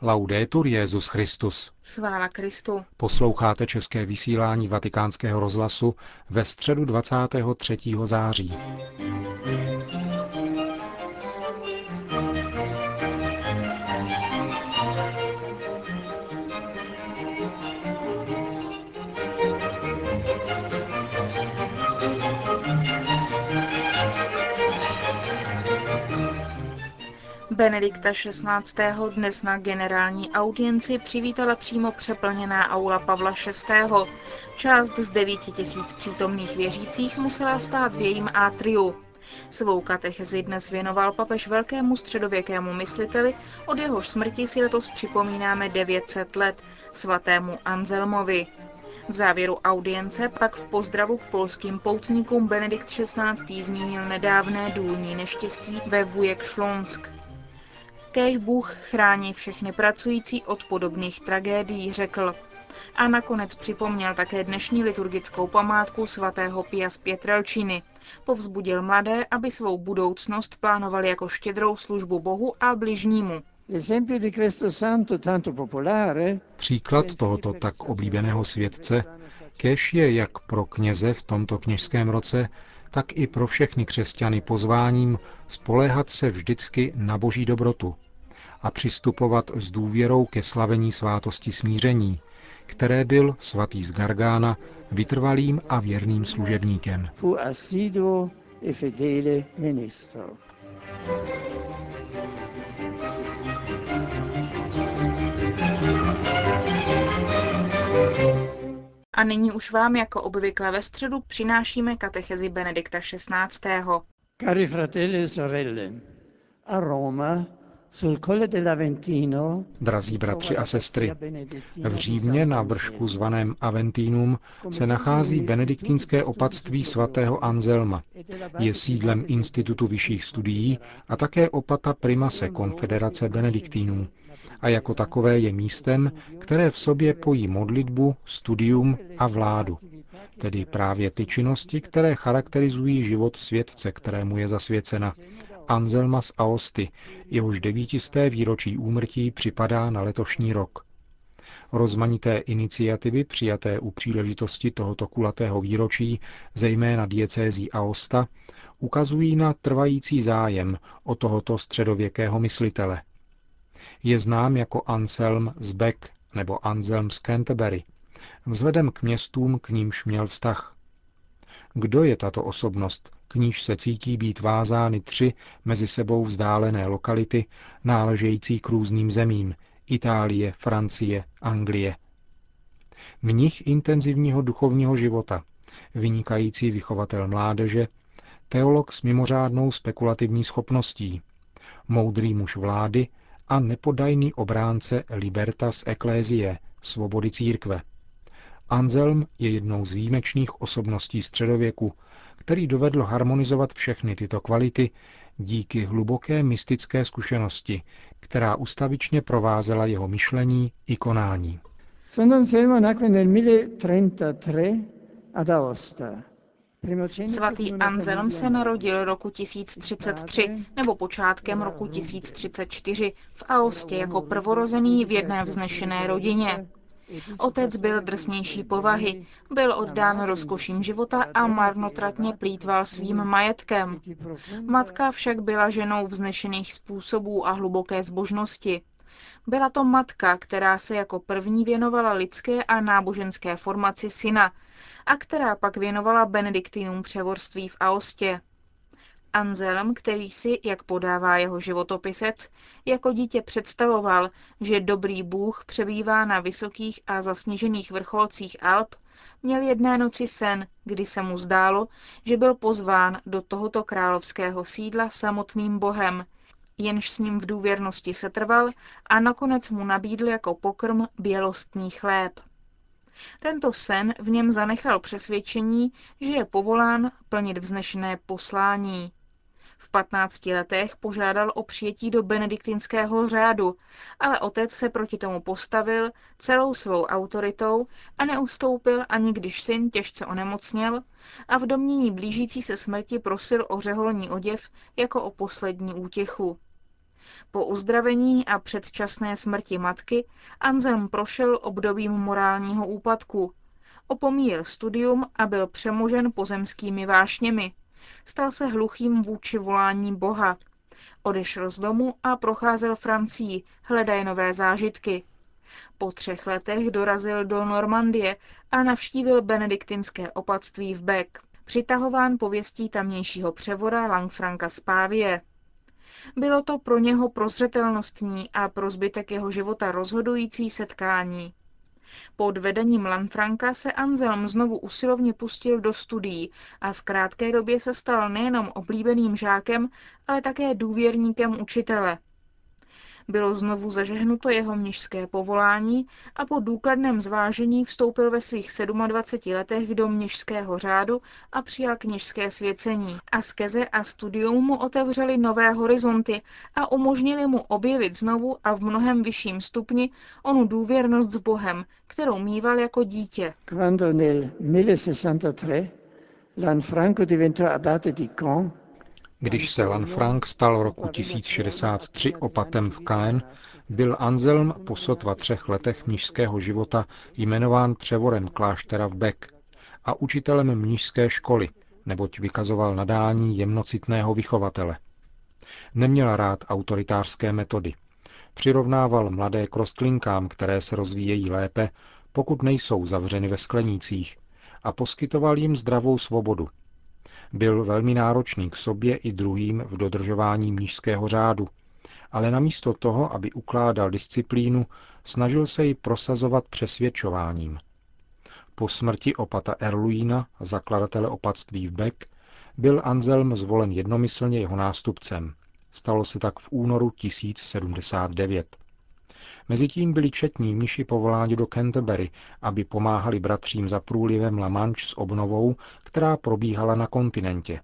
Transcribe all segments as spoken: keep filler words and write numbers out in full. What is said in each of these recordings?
Laudetur Jesus Christus. Chvála Kristu. Posloucháte české vysílání Vatikánského rozhlasu ve středu dvacátého třetího září. Benedikta šestnáctého. dnes na generální audienci přivítala přímo přeplněná aula Pavla šestého. Část z devíti tisíc přítomných věřících musela stát v jejím atriu. Svou katechezi dnes věnoval papež velkému středověkému mysliteli, od jehož smrti si letos připomínáme devět set let, svatému Anselmovi. V závěru audience pak v pozdravu k polským poutníkům Benedikt šestnáctý. Zmínil nedávné důlní neštěstí ve Wujek-Śląsk. Kéž Bůh chrání všechny pracující od podobných tragédií, řekl. A nakonec připomněl také dnešní liturgickou památku svatého Pia z Pietrelciny. Povzbudil mladé, aby svou budoucnost plánovali jako štědrou službu Bohu a bližnímu. Příklad tohoto tak oblíbeného světce kéž je jak pro kněze v tomto kněžském roce, tak i pro všechny křesťany pozváním spoléhat se vždycky na Boží dobrotu a přistupovat s důvěrou ke slavení svátosti smíření, které byl svatý z Gargána vytrvalým a věrným služebníkem. A nyní už vám jako obvykle ve středu přinášíme katechezi Benedikta šestnáctého. Cari fratelli e sorelle, a Roma, sul Colle dell'Aventino, Drazí bratři a sestry, v Římě na vršku zvaném Aventinum se nachází benediktínské opatství svatého Anselma. Je sídlem Institutu vyšších studií a také opata primase Konfederace benediktínů. A jako takové je místem, které v sobě pojí modlitbu, studium a vládu. Tedy právě ty činnosti, které charakterizují život světce, kterému je zasvěcena. Anselma z Aosty, jehož devítisté výročí úmrtí připadá na letošní rok. Rozmanité iniciativy přijaté u příležitosti tohoto kulatého výročí, zejména diecézí Aosta, ukazují na trvající zájem o tohoto středověkého myslitele. Je znám jako Anselm z Bec nebo Anselm z Canterbury, vzhledem k městům, k nímž měl vztah. Kdo je tato osobnost, k níž se cítí být vázány tři mezi sebou vzdálené lokality, náležející k různým zemím, Itálie, Francie, Anglie? Mnich intenzivního duchovního života, vynikající vychovatel mládeže, teolog s mimořádnou spekulativní schopností, moudrý muž vlády a nepodajný obránce libertas ecclesiae, svobody církve. Anselm je jednou z výjimečných osobností středověku, který dovedl harmonizovat všechny tyto kvality díky hluboké mystické zkušenosti, která ustavičně provázela jeho myšlení i konání. Svatý Anselm se narodil roku tisíc třicet tři nebo počátkem roku tisíc třicet čtyři v Aostě jako prvorozený v jedné vznešené rodině. Otec byl drsnější povahy, byl oddán rozkoším života a marnotratně plýtval svým majetkem. Matka však byla ženou vznešených způsobů a hluboké zbožnosti. Byla to matka, která se jako první věnovala lidské a náboženské formaci syna a která pak věnovala benediktinům převorství v Aostě. Anselm, který si, jak podává jeho životopisec, jako dítě představoval, že dobrý Bůh přebývá na vysokých a zasněžených vrcholcích Alp, měl jedné noci sen, kdy se mu zdálo, že byl pozván do tohoto královského sídla samotným Bohem, jenž s ním v důvěrnosti setrval a nakonec mu nabídl jako pokrm bělostný chléb. Tento sen v něm zanechal přesvědčení, že je povolán plnit vznešené poslání. V patnácti letech požádal o přijetí do benediktinského řádu, ale otec se proti tomu postavil celou svou autoritou a neustoupil, ani když syn těžce onemocněl a v domnění blížící se smrti prosil o řeholní oděv jako o poslední útěchu. Po uzdravení a předčasné smrti matky Anselm prošel obdobím morálního úpadku. Opomíjel studium a byl přemožen pozemskými vášněmi. Stal se hluchým vůči volání Boha. Odešel z domu a procházel Francií, hledaje nové zážitky. Po třech letech dorazil do Normandie a navštívil benediktinské opatství v Bec, přitahován pověstí tamnějšího převora Lanfranca z Pávie. Bylo to pro něho prozřetelnostní a pro zbytek jeho života rozhodující setkání. Pod vedením Lanfranca se Anselm znovu usilovně pustil do studií a v krátké době se stal nejenom oblíbeným žákem, ale také důvěrníkem učitele. Bylo znovu zažehnuto jeho mnišské povolání a po důkladném zvážení vstoupil ve svých dvaceti sedmi letech do mnišského řádu a přijal kněžské svěcení. Askeze a studium mu otevřely nové horizonty a umožnili mu objevit znovu a v mnohem vyšším stupni onu důvěrnost s Bohem, kterou míval jako dítě. Quando nel milleseicentotrentasci Lanfranco diventò abate di Caen, Když se Lanfranc stal roku tisíc šedesát tři opatem v Caen, byl Anselm po sotva třech letech mnišského života jmenován převorem kláštera v Bec a učitelem mnišské školy, neboť vykazoval nadání jemnocitného vychovatele. Neměl rád autoritářské metody. Přirovnával mladé k rostlinkám, které se rozvíjejí lépe, pokud nejsou zavřeny ve sklenících, a poskytoval jim zdravou svobodu. Byl velmi náročný k sobě i druhým v dodržování mnišského řádu, ale namísto toho, aby ukládal disciplínu, snažil se ji prosazovat přesvědčováním. Po smrti opata Erluína, zakladatele opatství v Bec, byl Anselm zvolen jednomyslně jeho nástupcem. Stalo se tak v únoru tisíc sedmdesát devět. Mezitím byli četní mniši povoláni do Canterbury, aby pomáhali bratřím za průlivem La Manche s obnovou, která probíhala na kontinentě.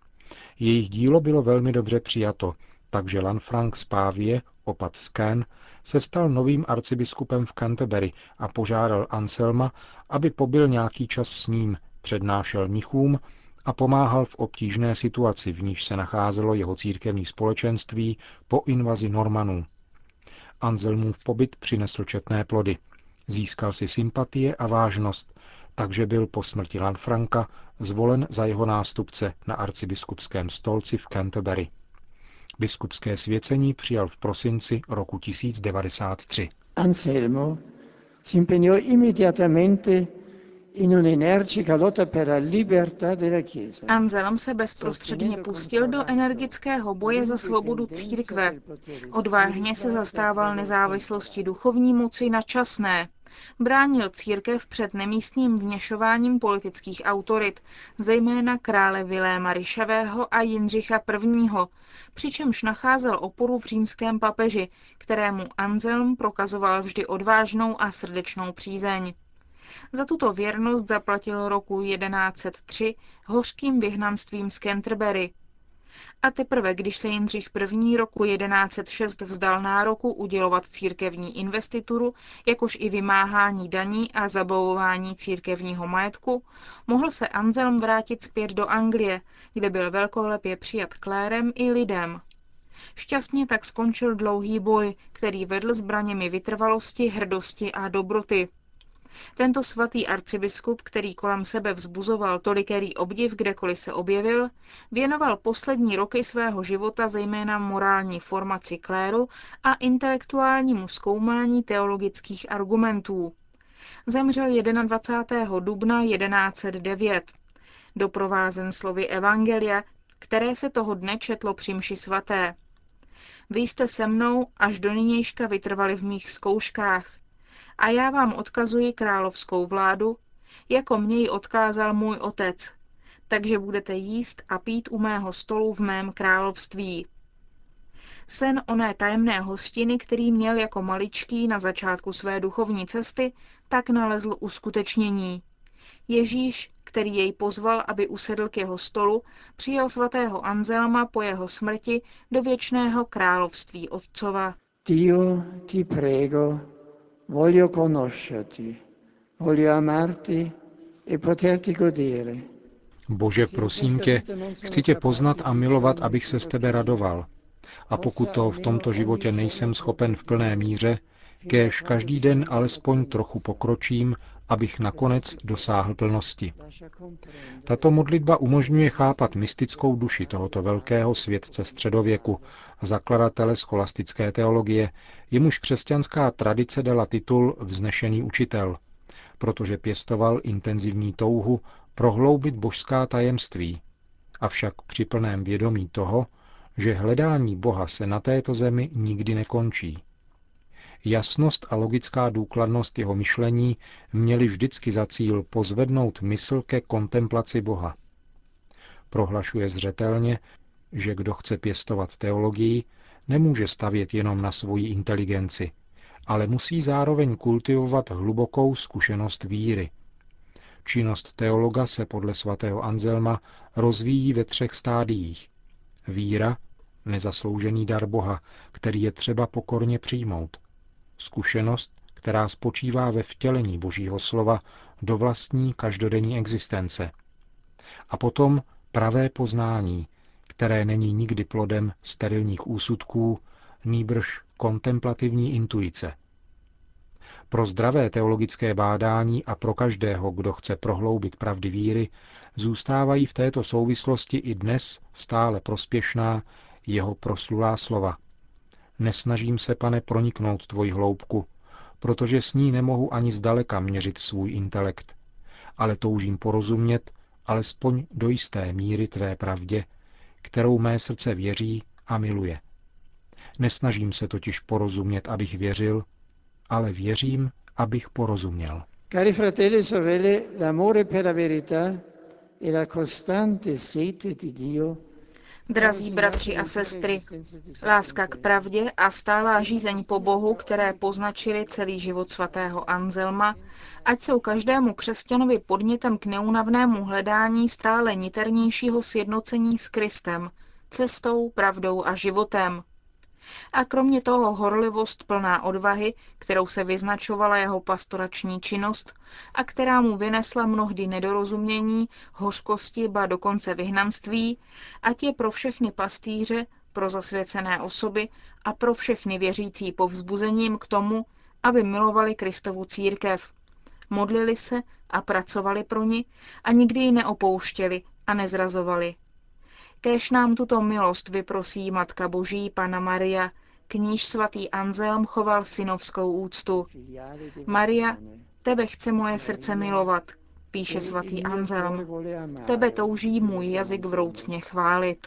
Jejich dílo bylo velmi dobře přijato, takže Lanfranc z Pávie, opat z Caen, se stal novým arcibiskupem v Canterbury a požádal Anselma, aby pobyl nějaký čas s ním, přednášel mnichům a pomáhal v obtížné situaci, v níž se nacházelo jeho církevní společenství po invazi Normanů. Anselmův pobyt přinesl četné plody. Získal si sympatie a vážnost, takže byl po smrti Lanfranca zvolen za jeho nástupce na arcibiskupském stolci v Canterbury. Biskupské svěcení přijal v prosinci roku tisíc devadesát tři. Anselmo si impegnò immediatamente in un'energica lotta per la libertà della Chiesa. Anselm se bezprostředně pustil do energického boje za svobodu církve. Odvážně se zastával nezávislosti duchovní moci na časné. Bránil církev před nemístným vměšováním politických autorit, zejména krále Viléma Ryšavého a Jindřicha prvního., přičemž nacházel oporu v římském papeži, kterému Anselm prokazoval vždy odvážnou a srdečnou přízeň. Za tuto věrnost zaplatil roku jedenáct set tři hořkým vyhnanstvím z Canterbury. A teprve, když se Jindřich první. roku jedenáct set šest vzdal nároku udělovat církevní investituru, jakož i vymáhání daní a zabavování církevního majetku, mohl se Anselm vrátit zpět do Anglie, kde byl velkolepě přijat klérem i lidem. Šťastně tak skončil dlouhý boj, který vedl zbraněmi vytrvalosti, hrdosti a dobroty. Tento svatý arcibiskup, který kolem sebe vzbuzoval tolikerý obdiv, kdekoliv se objevil, věnoval poslední roky svého života zejména morální formaci kléru a intelektuálnímu zkoumání teologických argumentů. Zemřel dvacátého prvního dubna jedenáct set devět, doprovázen slovy evangelia, které se toho dne četlo při mši svaté. Vy jste se mnou až do nynějška vytrvali v mých zkouškách. A já vám odkazuji královskou vládu, jako mě ji odkázal můj otec, takže budete jíst a pít u mého stolu v mém království. Sen oné tajemné hostiny, který měl jako maličký na začátku své duchovní cesty, tak nalezl uskutečnění. Ježíš, který jej pozval, aby usedl k jeho stolu, přijal svatého Anselma po jeho smrti do věčného království Otcova. Dio ti prego, voglio conoscerti, voglio amarti e poterti godere. Bože, prosím tě, chci tě poznat a milovat, abych se z tebe radoval. A pokud to v tomto životě nejsem schopen v plné míře, kéž každý den alespoň trochu pokročím, abych nakonec dosáhl plnosti. Tato modlitba umožňuje chápat mystickou duši tohoto velkého světce středověku, zakladatele scholastické teologie, jemuž křesťanská tradice dala titul vznešený učitel, protože pěstoval intenzivní touhu prohloubit božská tajemství, avšak při plném vědomí toho, že hledání Boha se na této zemi nikdy nekončí. Jasnost a logická důkladnost jeho myšlení měly vždycky za cíl pozvednout mysl ke kontemplaci Boha. Prohlašuje zřetelně, že kdo chce pěstovat teologii, nemůže stavět jenom na svoji inteligenci, ale musí zároveň kultivovat hlubokou zkušenost víry. Činnost teologa se podle svatého Anselma rozvíjí ve třech stádiích. Víra, nezasloužený dar Boha, který je třeba pokorně přijmout. Zkušenost, která spočívá ve vtělení Božího slova do vlastní každodenní existence. A potom pravé poznání, které není nikdy plodem sterilních úsudků, nýbrž kontemplativní intuice. Pro zdravé teologické bádání a pro každého, kdo chce prohloubit pravdy víry, zůstávají v této souvislosti i dnes stále prospěšná jeho proslulá slova. Nesnažím se, Pane, proniknout tvoji hloubku, protože s ní nemohu ani zdaleka měřit svůj intelekt, ale toužím porozumět alespoň do jisté míry tvé pravdě, kterou mé srdce věří a miluje. Nesnažím se totiž porozumět, abych věřil, ale věřím, abych porozuměl. Cari fratelli e sorelle, l'amore per la verità e la costante sete di Dio. Drazí bratři a sestry, láska k pravdě a stálá žízeň po Bohu, které poznačily celý život svatého Anselma, ať jsou každému křesťanovi podnětem k neúnavnému hledání stále niternějšího sjednocení s Kristem, cestou, pravdou a životem. A kromě toho horlivost plná odvahy, kterou se vyznačovala jeho pastorační činnost a která mu vynesla mnohdy nedorozumění, hořkosti, ba dokonce vyhnanství, ať je pro všechny pastýře, pro zasvěcené osoby a pro všechny věřící povzbuzením k tomu, aby milovali Kristovu církev. Modlili se a pracovali pro ni a nikdy ji neopouštěli a nezrazovali. Kéž nám tuto milost vyprosí Matka Boží Panna Maria, k níž svatý Anselm choval synovskou úctu. Maria, tebe chce moje srdce milovat, píše svatý Anselm. Tebe touží můj jazyk vroucně chválit.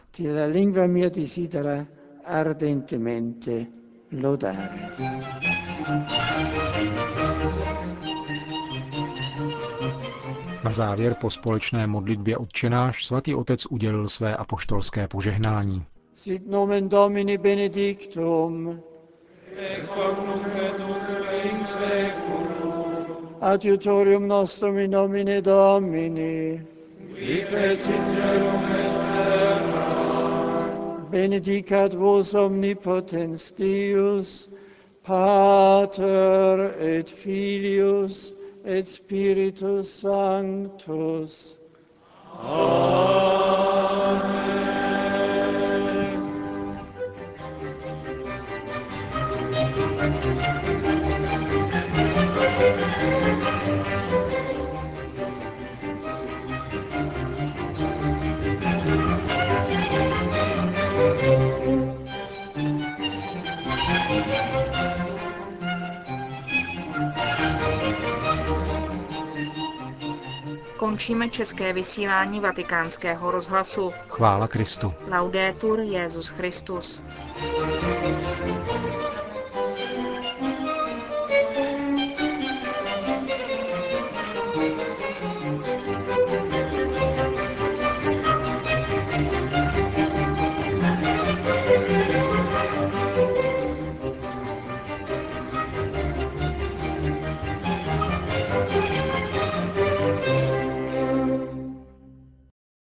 Na závěr po společné modlitbě Otčenáš svatý otec udělil své apoštolské požehnání. Sit nomen Domini benedictum. Ex hoc nunc et usque in seculum. Adiutorium nostrum in nomine Domini. Qui fecit caelum et terra. Benedicat vos omnipotens Deus, Pater et Filius et Spiritus Sanctus. Amen. Končíme české vysílání Vatikánského rozhlasu. Chvála Kristu. Laudetur Jesus Christus.